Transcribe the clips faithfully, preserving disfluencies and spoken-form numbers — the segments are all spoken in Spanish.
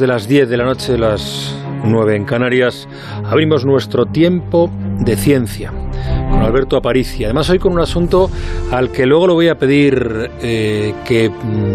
de las diez de la noche, las nueve en Canarias, abrimos nuestro tiempo de ciencia con Alberto Aparici. Además, hoy con un asunto al que luego le voy a pedir eh, que,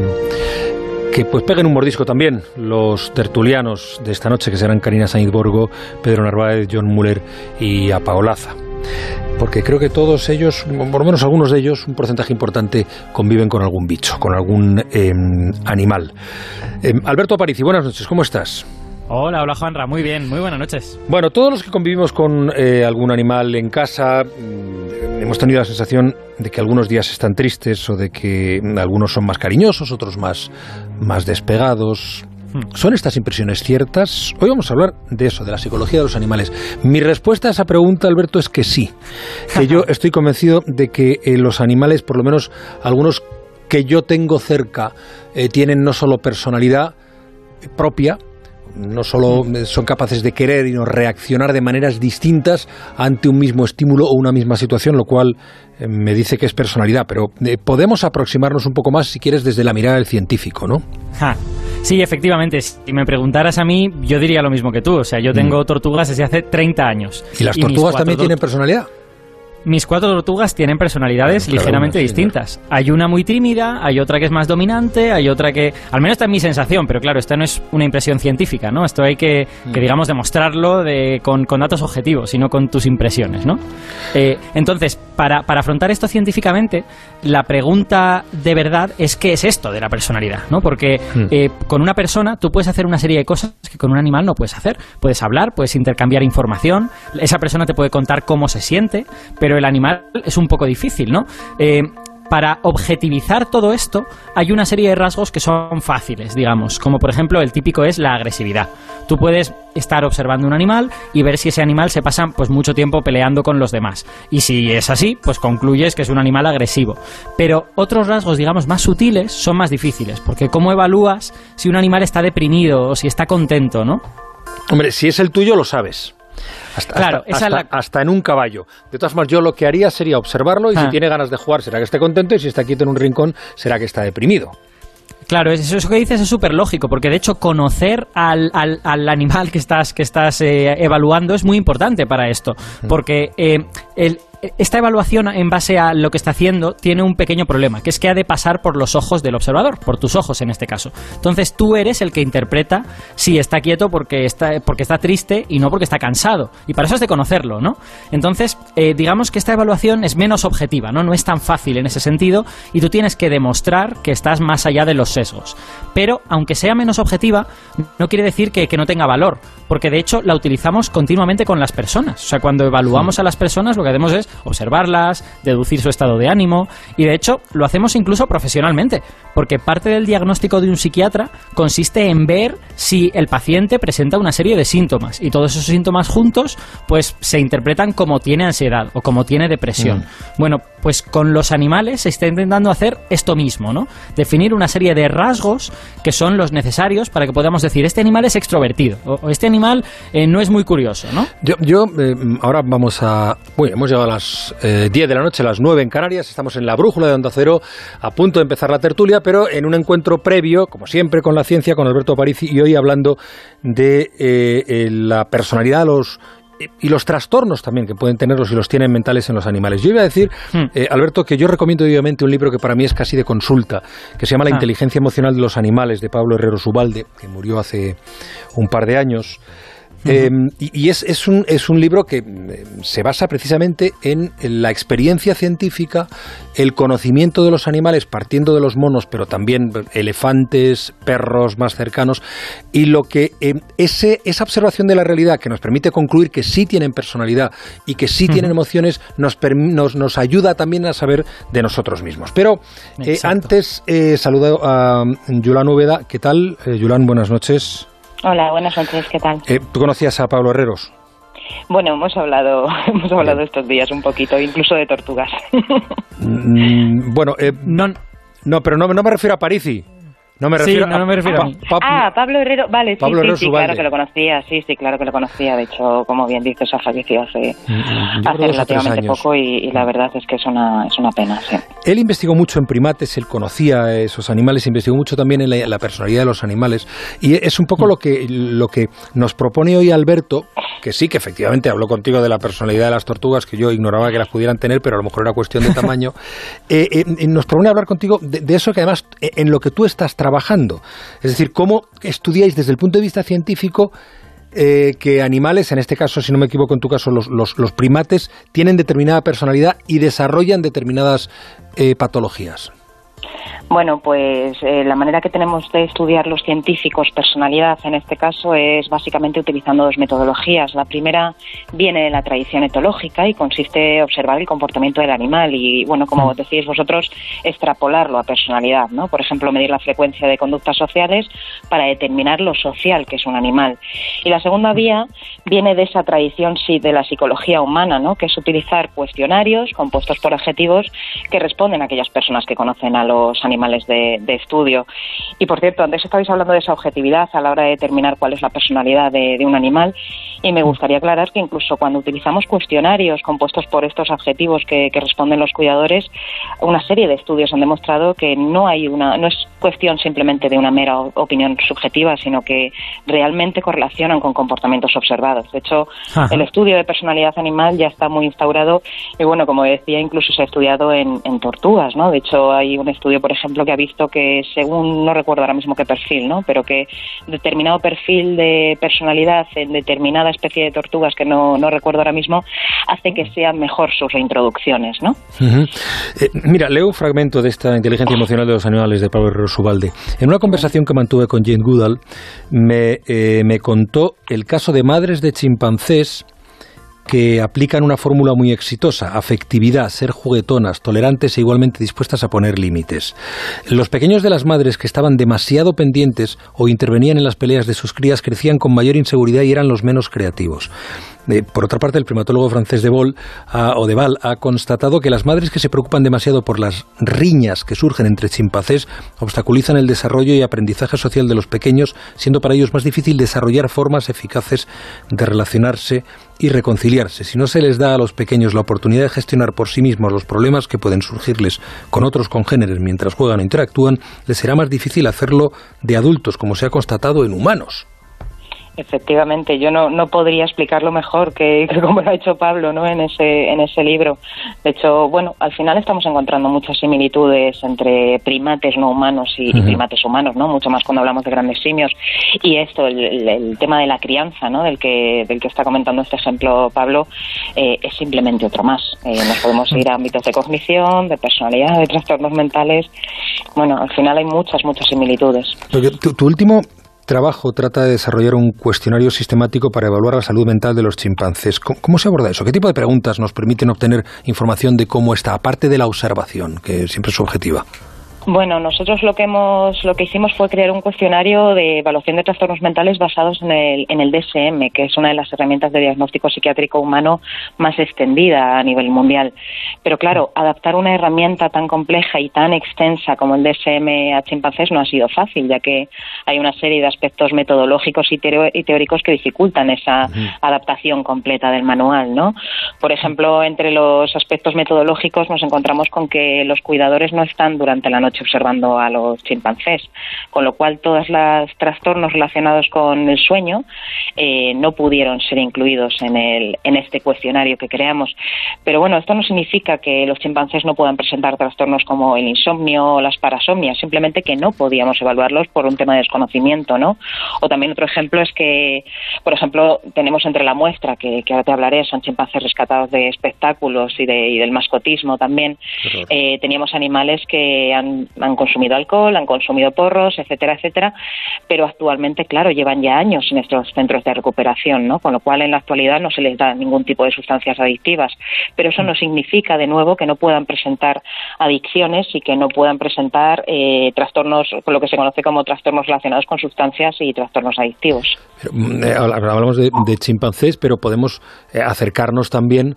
que pues peguen un mordisco también los tertulianos de esta noche, que serán Karina Sainz Borgo, Pedro Narváez, John Muller y Apaolaza. Porque creo que todos ellos, por lo menos algunos de ellos, un porcentaje importante, conviven con algún bicho, con algún eh, animal. Eh, Alberto Aparici, buenas noches, ¿cómo estás? Hola, hola Juanra, muy bien, muy buenas noches. Bueno, todos los que convivimos con eh, algún animal en casa, mm, hemos tenido la sensación de que algunos días están tristes o de que algunos son más cariñosos, otros más, más despegados. ¿Son estas impresiones ciertas? Hoy vamos a hablar de eso, de la psicología de los animales. Mi respuesta a esa pregunta, Alberto, es que sí. Que yo estoy convencido de que eh, los animales, por lo menos algunos que yo tengo cerca, eh, tienen no solo personalidad propia, no solo son capaces de querer y no reaccionar de maneras distintas ante un mismo estímulo o una misma situación, lo cual eh, me dice que es personalidad, pero eh, podemos aproximarnos un poco más, si quieres, desde la mirada del científico, ¿no? Ja. Sí, efectivamente, si me preguntaras a mí, yo diría lo mismo que tú. O sea, yo tengo mm. tortugas desde hace treinta años. ¿Y las tortugas y también tienen personalidad? Mis cuatro tortugas tienen personalidades bueno, ligeramente una, sí, distintas. ¿No? Hay una muy tímida, hay otra que es más dominante, hay otra que... Al menos esta es mi sensación, pero claro, esta no es una impresión científica, ¿no? Esto hay que, mm. que digamos, demostrarlo de, con, con datos objetivos y no con tus impresiones, ¿no? Eh, entonces, para, para afrontar esto científicamente, la pregunta de verdad es ¿qué es esto de la personalidad? ¿No? Porque mm. eh, con una persona tú puedes hacer una serie de cosas que con un animal no puedes hacer. Puedes hablar, puedes intercambiar información, esa persona te puede contar cómo se siente, pero el animal es un poco difícil, ¿no? Eh, para objetivizar todo esto hay una serie de rasgos que son fáciles, digamos, como por ejemplo el típico es la agresividad. Tú puedes estar observando un animal y ver si ese animal se pasa pues mucho tiempo peleando con los demás. Y si es así, pues concluyes que es un animal agresivo. Pero otros rasgos, digamos, más sutiles son más difíciles, porque ¿cómo evalúas si un animal está deprimido o si está contento, no? Hombre, si es el tuyo lo sabes. Hasta, claro, hasta, hasta, la... hasta en un caballo. De todas formas, yo lo que haría sería observarlo y ah. si tiene ganas de jugar será que esté contento y si está quieto en un rincón será que está deprimido. Claro, eso, eso que dices es súper lógico, porque de hecho conocer al, al, al animal que estás, que estás eh, evaluando es muy importante para esto, porque eh, el... esta evaluación en base a lo que está haciendo tiene un pequeño problema, que es que ha de pasar por los ojos del observador, por tus ojos en este caso. Entonces tú eres el que interpreta si está quieto porque está, porque está triste y no porque está cansado. Y para eso has de conocerlo, ¿no? Entonces, eh, digamos que esta evaluación es menos objetiva, ¿no? No es tan fácil en ese sentido y tú tienes que demostrar que estás más allá de los sesgos. Pero, aunque sea menos objetiva, no quiere decir que, que no tenga valor, porque de hecho la utilizamos continuamente con las personas. O sea, cuando evaluamos a las personas lo que hacemos es observarlas, deducir su estado de ánimo y de hecho lo hacemos incluso profesionalmente, porque parte del diagnóstico de un psiquiatra consiste en ver si el paciente presenta una serie de síntomas y todos esos síntomas juntos pues se interpretan como tiene ansiedad o como tiene depresión. Mm. Bueno, pues con los animales se está intentando hacer esto mismo, ¿no? Definir una serie de rasgos que son los necesarios para que podamos decir este animal es extrovertido o, o este animal eh, no es muy curioso, ¿no? Yo, yo eh, ahora vamos a... Bueno, hemos llegado a las eh, diez de la noche, a las nueve en Canarias, estamos en la brújula de Onda Cero, a punto de empezar la tertulia, pero en un encuentro previo, como siempre, con la ciencia, con Alberto Aparici, y hoy hablando de eh, eh, la personalidad, los y los trastornos también que pueden tenerlos y los tienen mentales en los animales. Yo iba a decir, hmm. eh, Alberto, que yo recomiendo vivamente un libro que para mí es casi de consulta, que se llama La ah. inteligencia emocional de los animales, de Pablo Herreros Ubalde, que murió hace un par de años. Eh, y y es, es, un, es un libro que se basa precisamente en, en la experiencia científica, el conocimiento de los animales partiendo de los monos, pero también elefantes, perros más cercanos, y lo que eh, ese, esa observación de la realidad que nos permite concluir que sí tienen personalidad y que sí tienen emociones, nos, nos, nos ayuda también a saber de nosotros mismos. Pero eh, antes eh, saludo a Yulán Úbeda. ¿Qué tal, eh, Yulán? Buenas noches. Hola, buenas noches, ¿qué tal? Eh, ¿Tú conocías a Pablo Herreros? Bueno, hemos hablado hemos hablado estos días un poquito, incluso de tortugas. Mm, bueno, eh, no, no, pero no, no me refiero a Aparici. No me refiero, sí, no, no me refiero a, a mí. Pa, pa, ah, Pablo Herrero, vale, sí, Pablo sí, Herrero sí, Subalde. claro que lo conocía, sí, sí, claro que lo conocía. De hecho, como bien dices, ha fallecido hace, mm, hace relativamente poco y, y la verdad es que es una, es una pena, sí. Él investigó mucho en primates, él conocía esos animales, investigó mucho también en la, en la personalidad de los animales, y es un poco lo que, lo que nos propone hoy Alberto, que sí, que efectivamente habló contigo de la personalidad de las tortugas, que yo ignoraba que las pudieran tener, pero a lo mejor era cuestión de tamaño. eh, eh, nos propone hablar contigo de, de eso que además, en lo que tú estás trabajando, es decir, cómo estudiáis desde el punto de vista científico eh, que animales, en este caso, si no me equivoco, en tu caso, los, los, los primates, tienen determinada personalidad y desarrollan determinadas eh, patologías. Bueno, pues eh, la manera que tenemos de estudiar los científicos personalidad en este caso es básicamente utilizando dos metodologías. La primera viene de la tradición etológica y consiste en observar el comportamiento del animal y, bueno, como decís vosotros, extrapolarlo a personalidad, ¿no? Por ejemplo, medir la frecuencia de conductas sociales para determinar lo social que es un animal. Y la segunda vía viene de esa tradición sí, de la psicología humana, ¿no? Que es utilizar cuestionarios compuestos por adjetivos que responden a aquellas personas que conocen a los animales De, de estudio. Y por cierto, antes estabais hablando de esa objetividad a la hora de determinar cuál es la personalidad de, de un animal y me gustaría aclarar que incluso cuando utilizamos cuestionarios compuestos por estos adjetivos que, que responden los cuidadores, una serie de estudios han demostrado que no hay una, no es cuestión simplemente de una mera opinión subjetiva, sino que realmente correlacionan con comportamientos observados. De hecho, Ajá. el estudio de personalidad animal ya está muy instaurado y bueno, como decía, incluso se ha estudiado en, en tortugas, ¿no? De hecho, hay un estudio, por ejemplo, que ha visto que según, no recuerdo ahora mismo qué perfil, ¿no? Pero que determinado perfil de personalidad en determinada especie de tortugas, que no, no recuerdo ahora mismo, hace que sean mejor sus reintroducciones, ¿no? Uh-huh. Eh, mira, leo un fragmento de esta inteligencia emocional de los animales de Pablo Herrero Subalde. En una conversación que mantuve con Jane Goodall, me, eh, me contó el caso de madres de chimpancés que aplican una fórmula muy exitosa: afectividad, ser juguetonas, tolerantes e igualmente dispuestas a poner límites. Los pequeños de las madres que estaban demasiado pendientes o intervenían en las peleas de sus crías crecían con mayor inseguridad y eran los menos creativos. Eh, por otra parte, el primatólogo francés de Boll, a, o de Val ha constatado que las madres que se preocupan demasiado por las riñas que surgen entre chimpancés obstaculizan el desarrollo y aprendizaje social de los pequeños, siendo para ellos más difícil desarrollar formas eficaces de relacionarse y reconciliarse. Si no se les da a los pequeños la oportunidad de gestionar por sí mismos los problemas que pueden surgirles con otros congéneres mientras juegan o interactúan, les será más difícil hacerlo de adultos, como se ha constatado en humanos. Efectivamente, yo no, no podría explicarlo mejor que, que como lo ha hecho Pablo, ¿no? en ese en ese libro. De hecho, bueno, al final estamos encontrando muchas similitudes entre primates no humanos y, uh-huh. y primates humanos, ¿no? Mucho más cuando hablamos de grandes simios. Y esto, el, el, el tema de la crianza, ¿no? Del que del que está comentando este ejemplo Pablo, eh, es simplemente otro más. Eh, nos podemos ir a ámbitos de cognición, de personalidad, de trastornos mentales. Bueno, al final hay muchas, muchas similitudes. Porque tu, tu último trabajo trata de desarrollar un cuestionario sistemático para evaluar la salud mental de los chimpancés. ¿Cómo, cómo se aborda eso? ¿Qué tipo de preguntas nos permiten obtener información de cómo está, aparte de la observación, que siempre es subjetiva? Bueno, nosotros lo que hemos, lo que hicimos fue crear un cuestionario de evaluación de trastornos mentales basados en el, en el D S M, que es una de las herramientas de diagnóstico psiquiátrico humano más extendida a nivel mundial. Pero claro, adaptar una herramienta tan compleja y tan extensa como el D S M a chimpancés no ha sido fácil, ya que hay una serie de aspectos metodológicos y, teo- y teóricos que dificultan esa uh-huh. adaptación completa del manual, ¿no? Por ejemplo, entre los aspectos metodológicos nos encontramos con que los cuidadores no están durante la noche observando a los chimpancés, con lo cual todos los trastornos relacionados con el sueño eh, no pudieron ser incluidos en el en este cuestionario que creamos. Pero bueno, esto no significa que los chimpancés no puedan presentar trastornos como el insomnio o las parasomnias, simplemente que no podíamos evaluarlos por un tema de desconocimiento, ¿no? O también otro ejemplo es que, por ejemplo, tenemos entre la muestra, que, que ahora te hablaré, son chimpancés rescatados de espectáculos y, de, y del mascotismo también. Eh, teníamos animales que han han consumido alcohol, han consumido porros, etcétera, etcétera, pero actualmente, claro, llevan ya años en estos centros de recuperación, ¿no? Con lo cual, en la actualidad no se les da ningún tipo de sustancias adictivas, pero eso no significa, de nuevo, que no puedan presentar adicciones y que no puedan presentar eh, trastornos, con lo que se conoce como trastornos relacionados con sustancias y trastornos adictivos. Pero, eh, hablamos de, de chimpancés, pero podemos eh, acercarnos también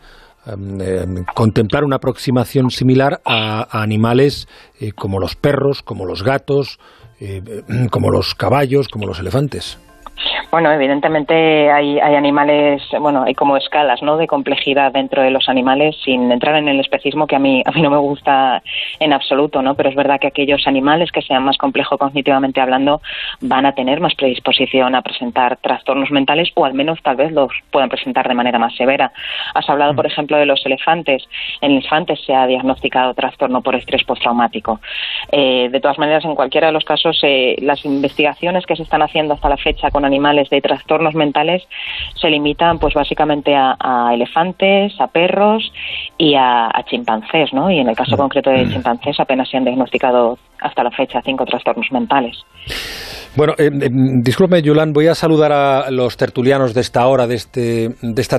Eh, contemplar una aproximación similar a, a animales eh, como los perros, como los gatos, eh, como los caballos, como los elefantes. Bueno, evidentemente hay, hay animales, bueno, hay como escalas, ¿no?, de complejidad dentro de los animales, sin entrar en el especismo, que a mí a mí no me gusta en absoluto, ¿no? Pero es verdad que aquellos animales que sean más complejos cognitivamente hablando van a tener más predisposición a presentar trastornos mentales, o al menos tal vez los puedan presentar de manera más severa. Has hablado, por ejemplo, de los elefantes. En elefantes se ha diagnosticado trastorno por estrés postraumático. Eh, de todas maneras, en cualquiera de los casos, eh, las investigaciones que se están haciendo hasta la fecha con animales de trastornos mentales se limitan pues básicamente a, a elefantes, a perros y a, a chimpancés, ¿no? Y en el caso concreto de chimpancés apenas se han diagnosticado hasta la fecha cinco trastornos mentales. Bueno, eh, eh, disculpe, Yolán, voy a saludar a los tertulianos de esta hora, de, este, de esta